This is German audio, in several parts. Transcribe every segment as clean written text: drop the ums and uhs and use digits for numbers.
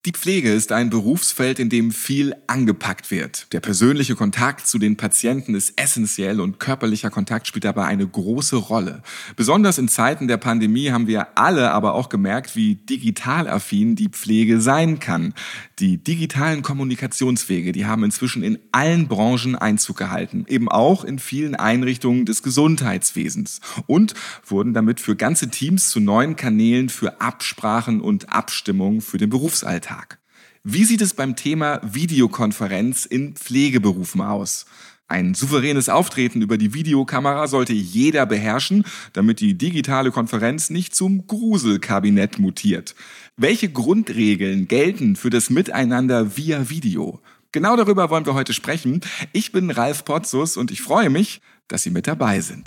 Die Pflege ist ein Berufsfeld, in dem viel angepackt wird. Der persönliche Kontakt zu den Patienten ist essentiell und körperlicher Kontakt spielt dabei eine große Rolle. Besonders in Zeiten der Pandemie haben wir alle aber auch gemerkt, wie digital affin die Pflege sein kann. Die digitalen Kommunikationswege, die haben inzwischen in allen Branchen Einzug gehalten, eben auch in vielen Einrichtungen des Gesundheitswesens und wurden damit für ganze Teams zu neuen Kanälen für Absprachen und Abstimmungen für den Berufsalltag. Wie sieht es beim Thema Videokonferenz in Pflegeberufen aus? Ein souveränes Auftreten über die Videokamera sollte jeder beherrschen, damit die digitale Konferenz nicht zum Gruselkabinett mutiert. Welche Grundregeln gelten für das Miteinander via Video? Genau darüber wollen wir heute sprechen. Ich bin Ralf Potzus und ich freue mich, dass Sie mit dabei sind.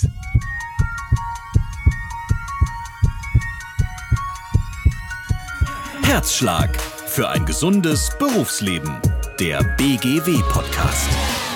Herzschlag für ein gesundes Berufsleben. Der BGW-Podcast.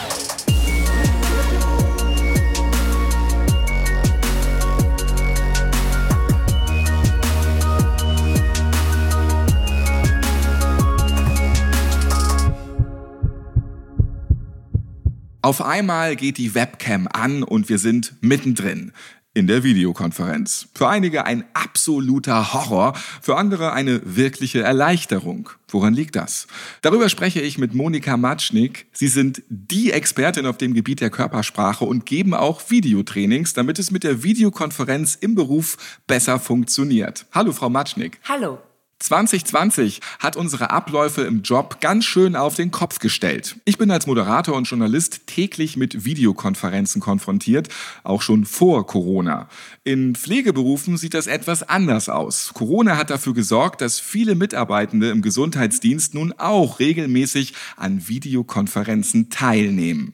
Auf einmal geht die Webcam an und wir sind mittendrin in der Videokonferenz. Für einige ein absoluter Horror, für andere eine wirkliche Erleichterung. Woran liegt das? Darüber spreche ich mit Monika Matschnik. Sie sind die Expertin auf dem Gebiet der Körpersprache und geben auch Videotrainings, damit es mit der Videokonferenz im Beruf besser funktioniert. Hallo, Frau Matschnik. Hallo. 2020 hat unsere Abläufe im Job ganz schön auf den Kopf gestellt. Ich bin als Moderator und Journalist täglich mit Videokonferenzen konfrontiert, auch schon vor Corona. In Pflegeberufen sieht das etwas anders aus. Corona hat dafür gesorgt, dass viele Mitarbeitende im Gesundheitsdienst nun auch regelmäßig an Videokonferenzen teilnehmen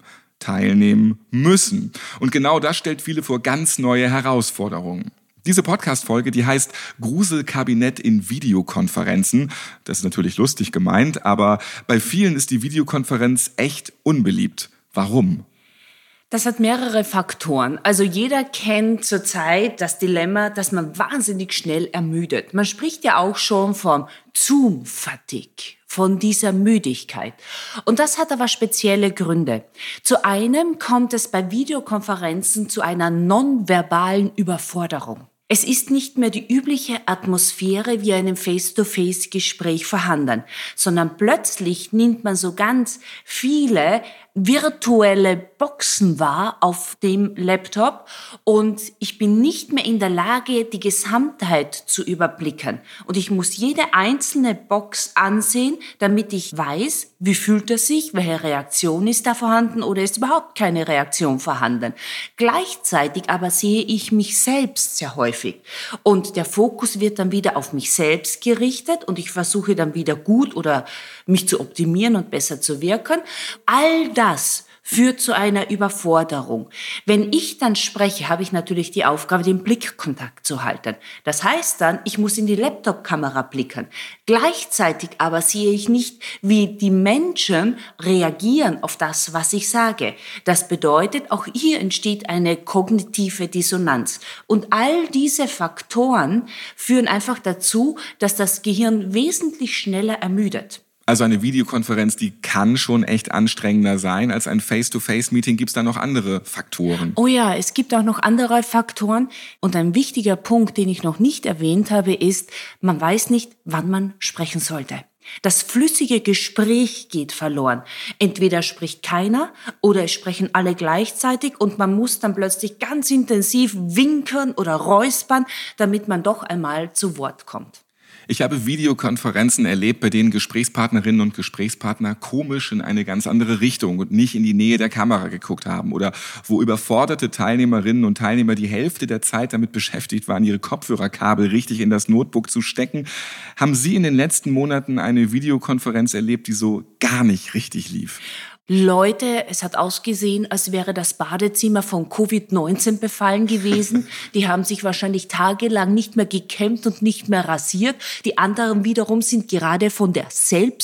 müssen. Und genau das stellt viele vor ganz neue Herausforderungen. Diese Podcast-Folge, die heißt Gruselkabinett in Videokonferenzen. Das ist natürlich lustig gemeint, aber bei vielen ist die Videokonferenz echt unbeliebt. Warum? Das hat mehrere Faktoren. Also jeder kennt zurzeit das Dilemma, dass man wahnsinnig schnell ermüdet. Man spricht ja auch schon vom Zoom-Fatigue, von dieser Müdigkeit. Und das hat aber spezielle Gründe. Zu einem kommt es bei Videokonferenzen zu einer nonverbalen Überforderung. Es ist nicht mehr die übliche Atmosphäre wie einem Face-to-Face-Gespräch vorhanden, sondern plötzlich nimmt man so ganz viele virtuelle Boxen wahr auf dem Laptop und ich bin nicht mehr in der Lage, die Gesamtheit zu überblicken. Und ich muss jede einzelne Box ansehen, damit ich weiß, wie fühlt er sich, welche Reaktion ist da vorhanden oder ist überhaupt keine Reaktion vorhanden. Gleichzeitig aber sehe ich mich selbst sehr häufig und der Fokus wird dann wieder auf mich selbst gerichtet und ich versuche dann wieder gut oder mich zu optimieren und besser zu wirken. All das führt zu einer Überforderung. Wenn ich dann spreche, habe ich natürlich die Aufgabe, den Blickkontakt zu halten. Das heißt dann, ich muss in die Laptop-Kamera blicken. Gleichzeitig aber sehe ich nicht, wie die Menschen reagieren auf das, was ich sage. Das bedeutet, auch hier entsteht eine kognitive Dissonanz. Und all diese Faktoren führen einfach dazu, dass das Gehirn wesentlich schneller ermüdet. Also eine Videokonferenz, die kann schon echt anstrengender sein als ein Face-to-Face-Meeting. Gibt es da noch andere Faktoren? Oh ja, es gibt auch noch andere Faktoren. Und ein wichtiger Punkt, den ich noch nicht erwähnt habe, ist, man weiß nicht, wann man sprechen sollte. Das flüssige Gespräch geht verloren. Entweder spricht keiner oder es sprechen alle gleichzeitig und man muss dann plötzlich ganz intensiv winken oder räuspern, damit man doch einmal zu Wort kommt. Ich habe Videokonferenzen erlebt, bei denen Gesprächspartnerinnen und Gesprächspartner komisch in eine ganz andere Richtung und nicht in die Nähe der Kamera geguckt haben oder wo überforderte Teilnehmerinnen und Teilnehmer die Hälfte der Zeit damit beschäftigt waren, ihre Kopfhörerkabel richtig in das Notebook zu stecken. Haben Sie in den letzten Monaten eine Videokonferenz erlebt, die so gar nicht richtig lief? Leute, es hat ausgesehen, als wäre das Badezimmer von Covid-19 befallen gewesen. Die haben sich wahrscheinlich tagelang nicht mehr gekämmt und nicht mehr rasiert. Die anderen wiederum sind gerade von der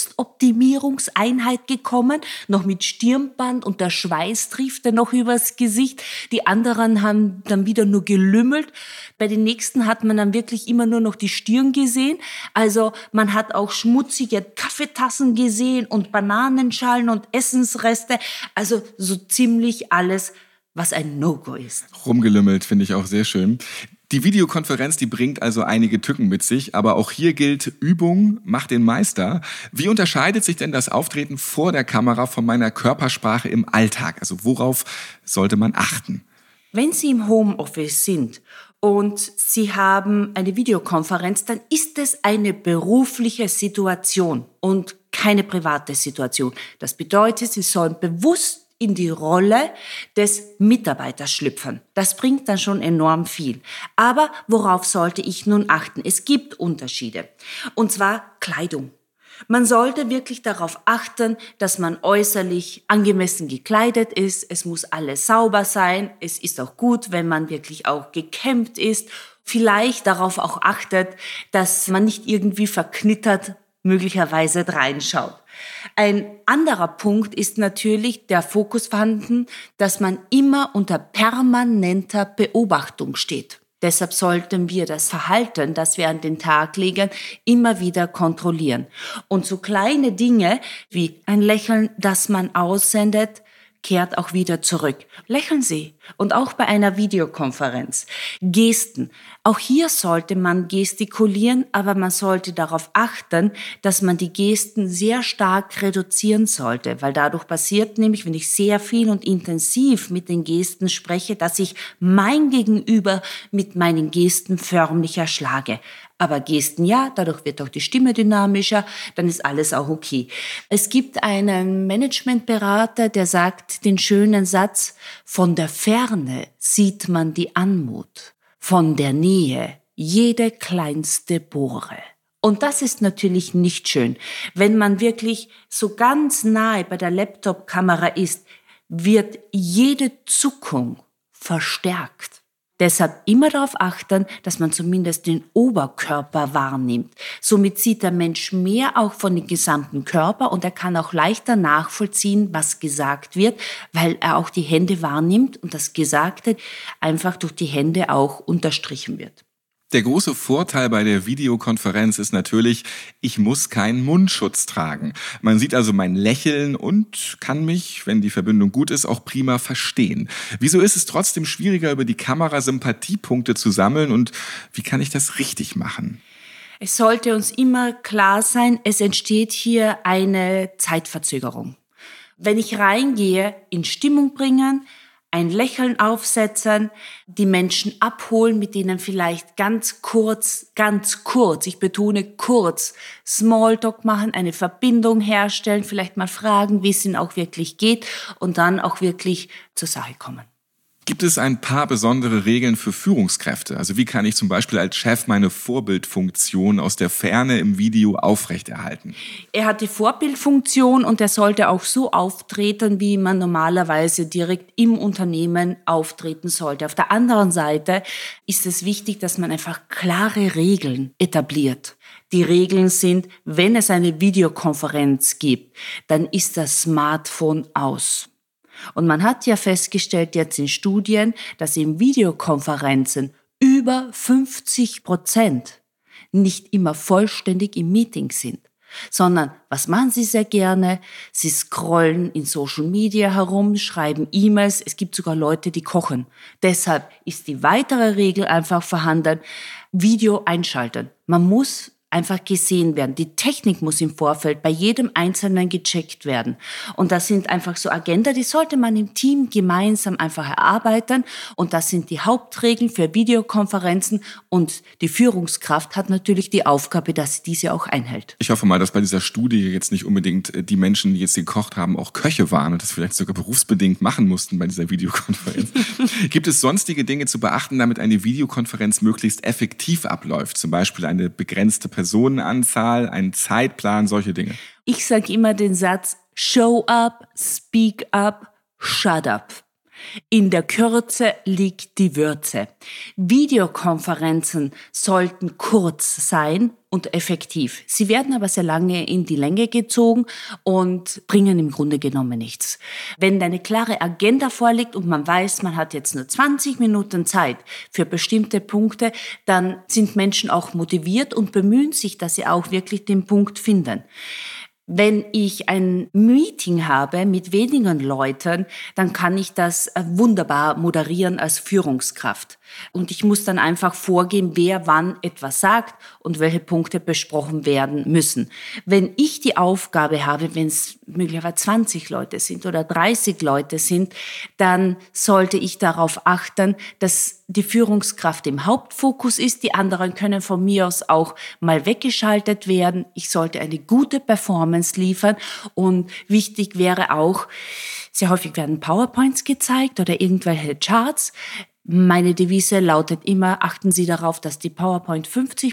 Selbstoptimierungseinheit gekommen, noch mit Stirnband und der Schweiß triefte noch übers Gesicht. Die anderen haben dann wieder nur gelümmelt. Bei den nächsten hat man dann wirklich immer nur noch die Stirn gesehen. Also man hat auch schmutzige Kaffeetassen gesehen und Bananenschalen und Essensreste. Also so ziemlich alles, was ein No-Go ist. Rumgelümmelt finde ich auch sehr schön. Die Videokonferenz, die bringt also einige Tücken mit sich, aber auch hier gilt, Übung macht den Meister. Wie unterscheidet sich denn das Auftreten vor der Kamera von meiner Körpersprache im Alltag? Also worauf sollte man achten? Wenn Sie im Homeoffice sind und Sie haben eine Videokonferenz, dann ist es eine berufliche Situation und keine private Situation. Das bedeutet, Sie sollen bewusst in die Rolle des Mitarbeiters schlüpfen. Das bringt dann schon enorm viel. Aber worauf sollte ich nun achten? Es gibt Unterschiede. Und zwar Kleidung. Man sollte wirklich darauf achten, dass man äußerlich angemessen gekleidet ist. Es muss alles sauber sein. Es ist auch gut, wenn man wirklich auch gekämmt ist. Vielleicht darauf auch achtet, dass man nicht irgendwie verknittert möglicherweise reinschaut. Ein anderer Punkt ist natürlich der Fokus vorhanden, dass man immer unter permanenter Beobachtung steht. Deshalb sollten wir das Verhalten, das wir an den Tag legen, immer wieder kontrollieren. Und so kleine Dinge wie ein Lächeln, das man aussendet, kehrt auch wieder zurück. Lächeln Sie. Und auch bei einer Videokonferenz. Gesten. Auch hier sollte man gestikulieren, aber man sollte darauf achten, dass man die Gesten sehr stark reduzieren sollte, weil dadurch passiert nämlich, wenn ich sehr viel und intensiv mit den Gesten spreche, dass ich mein Gegenüber mit meinen Gesten förmlich erschlage. Aber Gesten ja, dadurch wird auch die Stimme dynamischer, dann ist alles auch okay. Es gibt einen Managementberater, der sagt den schönen Satz, von der Ferne sieht man die Anmut, von der Nähe jede kleinste Bohre. Und das ist natürlich nicht schön. Wenn man wirklich so ganz nahe bei der Laptop-Kamera ist, wird jede Zuckung verstärkt. Deshalb immer darauf achten, dass man zumindest den Oberkörper wahrnimmt. Somit sieht der Mensch mehr auch von dem gesamten Körper und er kann auch leichter nachvollziehen, was gesagt wird, weil er auch die Hände wahrnimmt und das Gesagte einfach durch die Hände auch unterstrichen wird. Der große Vorteil bei der Videokonferenz ist natürlich, ich muss keinen Mundschutz tragen. Man sieht also mein Lächeln und kann mich, wenn die Verbindung gut ist, auch prima verstehen. Wieso ist es trotzdem schwieriger, über die Kamera Sympathiepunkte zu sammeln und wie kann ich das richtig machen? Es sollte uns immer klar sein, es entsteht hier eine Zeitverzögerung. Wenn ich reingehe, in Stimmung bringen, ein Lächeln aufsetzen, die Menschen abholen, mit denen vielleicht ganz kurz, ich betone kurz, Smalltalk machen, eine Verbindung herstellen, vielleicht mal fragen, wie es ihnen auch wirklich geht und dann auch wirklich zur Sache kommen. Gibt es ein paar besondere Regeln für Führungskräfte? Also wie kann ich zum Beispiel als Chef meine Vorbildfunktion aus der Ferne im Video aufrechterhalten? Er hat die Vorbildfunktion und er sollte auch so auftreten, wie man normalerweise direkt im Unternehmen auftreten sollte. Auf der anderen Seite ist es wichtig, dass man einfach klare Regeln etabliert. Die Regeln sind, wenn es eine Videokonferenz gibt, dann ist das Smartphone aus. Und man hat ja festgestellt jetzt in Studien, dass in Videokonferenzen über 50% nicht immer vollständig im Meeting sind, sondern was machen sie sehr gerne? Sie scrollen in Social Media herum, schreiben E-Mails, es gibt sogar Leute, die kochen. Deshalb ist die weitere Regel einfach vorhanden, Video einschalten. Man muss einfach gesehen werden. Die Technik muss im Vorfeld bei jedem Einzelnen gecheckt werden. Und das sind einfach so Agenda, die sollte man im Team gemeinsam einfach erarbeiten. Und das sind die Hauptregeln für Videokonferenzen. Und die Führungskraft hat natürlich die Aufgabe, dass sie diese auch einhält. Ich hoffe mal, dass bei dieser Studie jetzt nicht unbedingt die Menschen, die jetzt gekocht haben, auch Köche waren und das vielleicht sogar berufsbedingt machen mussten bei dieser Videokonferenz. Gibt es sonstige Dinge zu beachten, damit eine Videokonferenz möglichst effektiv abläuft? Zum Beispiel eine begrenzte Personenanzahl, einen Zeitplan, solche Dinge. Ich sage immer den Satz, Show up, speak up, shut up. In der Kürze liegt die Würze. Videokonferenzen sollten kurz sein und effektiv. Sie werden aber sehr lange in die Länge gezogen und bringen im Grunde genommen nichts. Wenn eine klare Agenda vorliegt und man weiß, man hat jetzt nur 20 Minuten Zeit für bestimmte Punkte, dann sind Menschen auch motiviert und bemühen sich, dass sie auch wirklich den Punkt finden. Wenn ich ein Meeting habe mit wenigen Leuten, dann kann ich das wunderbar moderieren als Führungskraft. Und ich muss dann einfach vorgeben, wer wann etwas sagt und welche Punkte besprochen werden müssen. Wenn ich die Aufgabe habe, wenn es möglicherweise 20 Leute sind oder 30 Leute sind, dann sollte ich darauf achten, dass die Führungskraft im Hauptfokus ist. Die anderen können von mir aus auch mal weggeschaltet werden. Ich sollte eine gute Performance liefern. Und wichtig wäre auch, sehr häufig werden PowerPoints gezeigt oder irgendwelche Charts. Meine Devise lautet immer, achten Sie darauf, dass die PowerPoint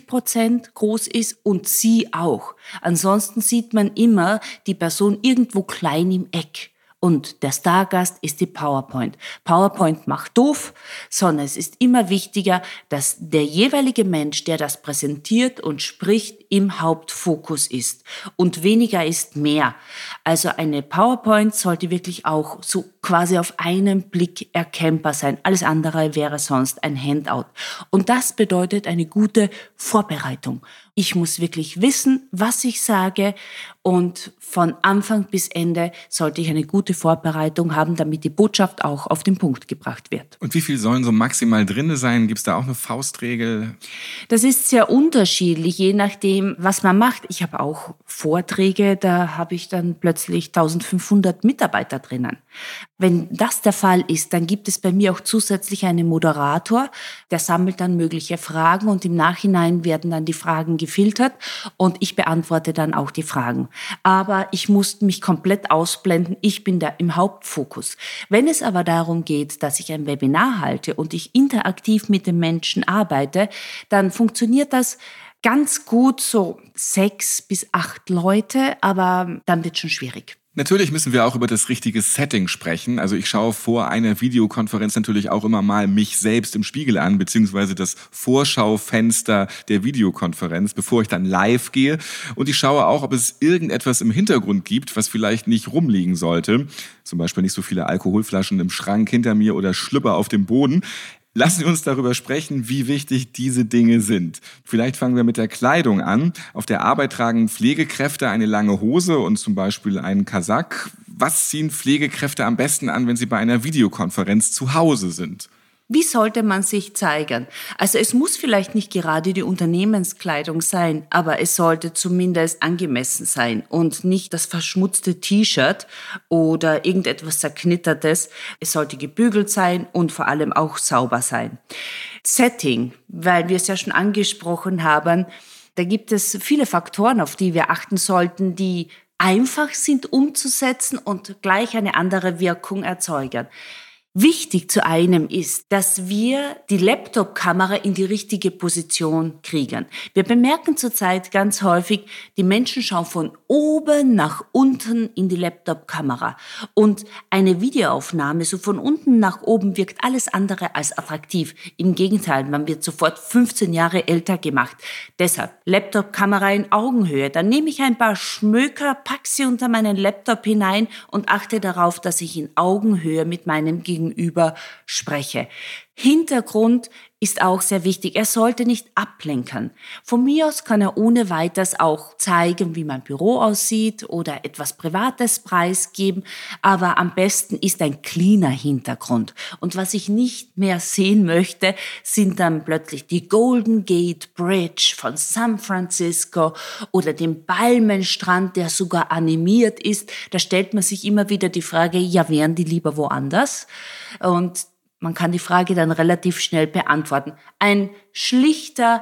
50% groß ist und Sie auch. Ansonsten sieht man immer die Person irgendwo klein im Eck. Und der Stargast ist die PowerPoint. PowerPoint macht doof, sondern es ist immer wichtiger, dass der jeweilige Mensch, der das präsentiert und spricht, im Hauptfokus ist. Und weniger ist mehr. Also eine PowerPoint sollte wirklich auch so quasi auf einen Blick erkennbar sein. Alles andere wäre sonst ein Handout. Und das bedeutet eine gute Vorbereitung. Ich muss wirklich wissen, was ich sage, und von Anfang bis Ende sollte ich eine gute Vorbereitung haben, damit die Botschaft auch auf den Punkt gebracht wird. Und wie viel sollen so maximal drin sein? Gibt es da auch eine Faustregel? Das ist sehr unterschiedlich, je nachdem, was man macht. Ich habe auch Vorträge, da habe ich dann plötzlich 1500 Mitarbeiter drinnen. Wenn das der Fall ist, dann gibt es bei mir auch zusätzlich einen Moderator, der sammelt dann mögliche Fragen und im Nachhinein werden dann die Fragen gefiltert und ich beantworte dann auch die Fragen. Aber ich muss mich komplett ausblenden, ich bin da im Hauptfokus. Wenn es aber darum geht, dass ich ein Webinar halte und ich interaktiv mit den Menschen arbeite, dann funktioniert das ganz gut, so 6 bis 8 Leute, aber dann wird es schon schwierig. Natürlich müssen wir auch über das richtige Setting sprechen. Also ich schaue vor einer Videokonferenz natürlich auch immer mal mich selbst im Spiegel an, beziehungsweise das Vorschaufenster der Videokonferenz, bevor ich dann live gehe. Und ich schaue auch, ob es irgendetwas im Hintergrund gibt, was vielleicht nicht rumliegen sollte. Zum Beispiel nicht so viele Alkoholflaschen im Schrank hinter mir oder Schlüpper auf dem Boden. Lassen Sie uns darüber sprechen, wie wichtig diese Dinge sind. Vielleicht fangen wir mit der Kleidung an. Auf der Arbeit tragen Pflegekräfte eine lange Hose und zum Beispiel einen Kasak. Was ziehen Pflegekräfte am besten an, wenn sie bei einer Videokonferenz zu Hause sind? Wie sollte man sich zeigen? Also es muss vielleicht nicht gerade die Unternehmenskleidung sein, aber es sollte zumindest angemessen sein und nicht das verschmutzte T-Shirt oder irgendetwas Zerknittertes. Es sollte gebügelt sein und vor allem auch sauber sein. Setting, weil wir es ja schon angesprochen haben, da gibt es viele Faktoren, auf die wir achten sollten, die einfach sind umzusetzen und gleich eine andere Wirkung erzeugen. Wichtig zu einem ist, dass wir die Laptop-Kamera in die richtige Position kriegen. Wir bemerken zurzeit ganz häufig, die Menschen schauen von oben nach unten in die Laptop-Kamera. Und eine Videoaufnahme so von unten nach oben wirkt alles andere als attraktiv. Im Gegenteil, man wird sofort 15 Jahre älter gemacht. Deshalb Laptop-Kamera in Augenhöhe. Dann nehme ich ein paar Schmöker, pack sie unter meinen Laptop hinein und achte darauf, dass ich in Augenhöhe mit meinem Gegenüber spreche. Hintergrund ist auch sehr wichtig. Er sollte nicht ablenken. Von mir aus kann er ohne weiteres auch zeigen, wie mein Büro aussieht oder etwas Privates preisgeben. Aber am besten ist ein cleaner Hintergrund. Und was ich nicht mehr sehen möchte, sind dann plötzlich die Golden Gate Bridge von San Francisco oder den Palmenstrand, der sogar animiert ist. Da stellt man sich immer wieder die Frage, ja, wären die lieber woanders? Und man kann die Frage dann relativ schnell beantworten. Ein schlichter,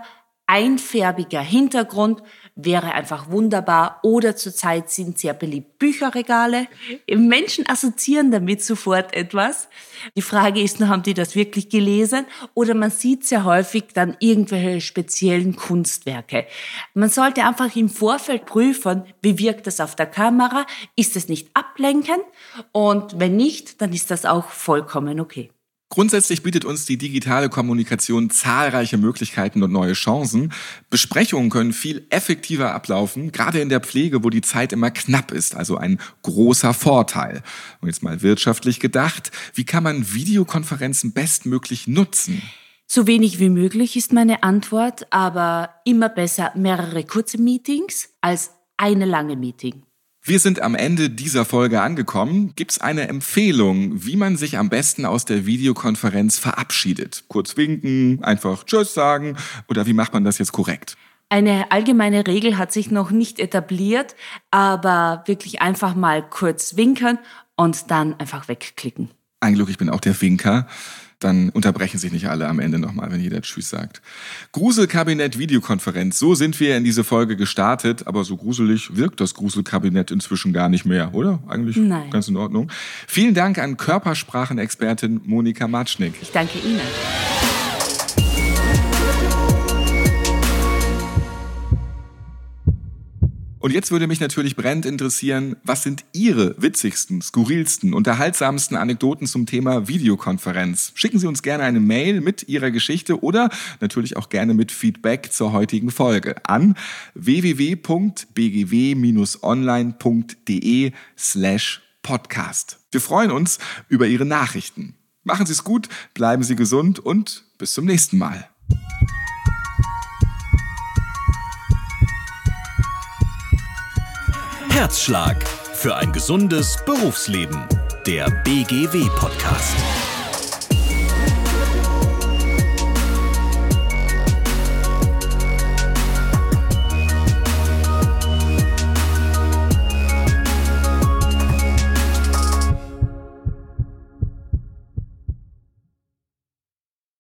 einfärbiger Hintergrund wäre einfach wunderbar. Oder zurzeit sind sehr beliebt Bücherregale. Menschen assoziieren damit sofort etwas. Die Frage ist nur, haben die das wirklich gelesen? Oder man sieht sehr häufig dann irgendwelche speziellen Kunstwerke. Man sollte einfach im Vorfeld prüfen, wie wirkt das auf der Kamera? Ist es nicht ablenkend? Und wenn nicht, dann ist das auch vollkommen okay. Grundsätzlich bietet uns die digitale Kommunikation zahlreiche Möglichkeiten und neue Chancen. Besprechungen können viel effektiver ablaufen, gerade in der Pflege, wo die Zeit immer knapp ist, also ein großer Vorteil. Und jetzt mal wirtschaftlich gedacht, wie kann man Videokonferenzen bestmöglich nutzen? So wenig wie möglich ist meine Antwort, aber immer besser mehrere kurze Meetings als eine lange Meeting. Wir sind am Ende dieser Folge angekommen. Gibt's eine Empfehlung, wie man sich am besten aus der Videokonferenz verabschiedet? Kurz winken, einfach Tschüss sagen oder wie macht man das jetzt korrekt? Eine allgemeine Regel hat sich noch nicht etabliert, aber wirklich einfach mal kurz winken und dann einfach wegklicken. Ein Glück, ich bin auch der Winker. Dann unterbrechen sich nicht alle am Ende nochmal, wenn jeder Tschüss sagt. Gruselkabinett Videokonferenz. So sind wir in diese Folge gestartet. Aber so gruselig wirkt das Gruselkabinett inzwischen gar nicht mehr, oder? Eigentlich Nein. Ganz in Ordnung. Vielen Dank an Körpersprachenexpertin Monika Matschnick. Ich danke Ihnen. Und jetzt würde mich natürlich brennend interessieren, was sind Ihre witzigsten, skurrilsten, unterhaltsamsten Anekdoten zum Thema Videokonferenz? Schicken Sie uns gerne eine Mail mit Ihrer Geschichte oder natürlich auch gerne mit Feedback zur heutigen Folge an www.bgw-online.de/podcast. Wir freuen uns über Ihre Nachrichten. Machen Sie es gut, bleiben Sie gesund und bis zum nächsten Mal. Herzschlag für ein gesundes Berufsleben. Der BGW-Podcast.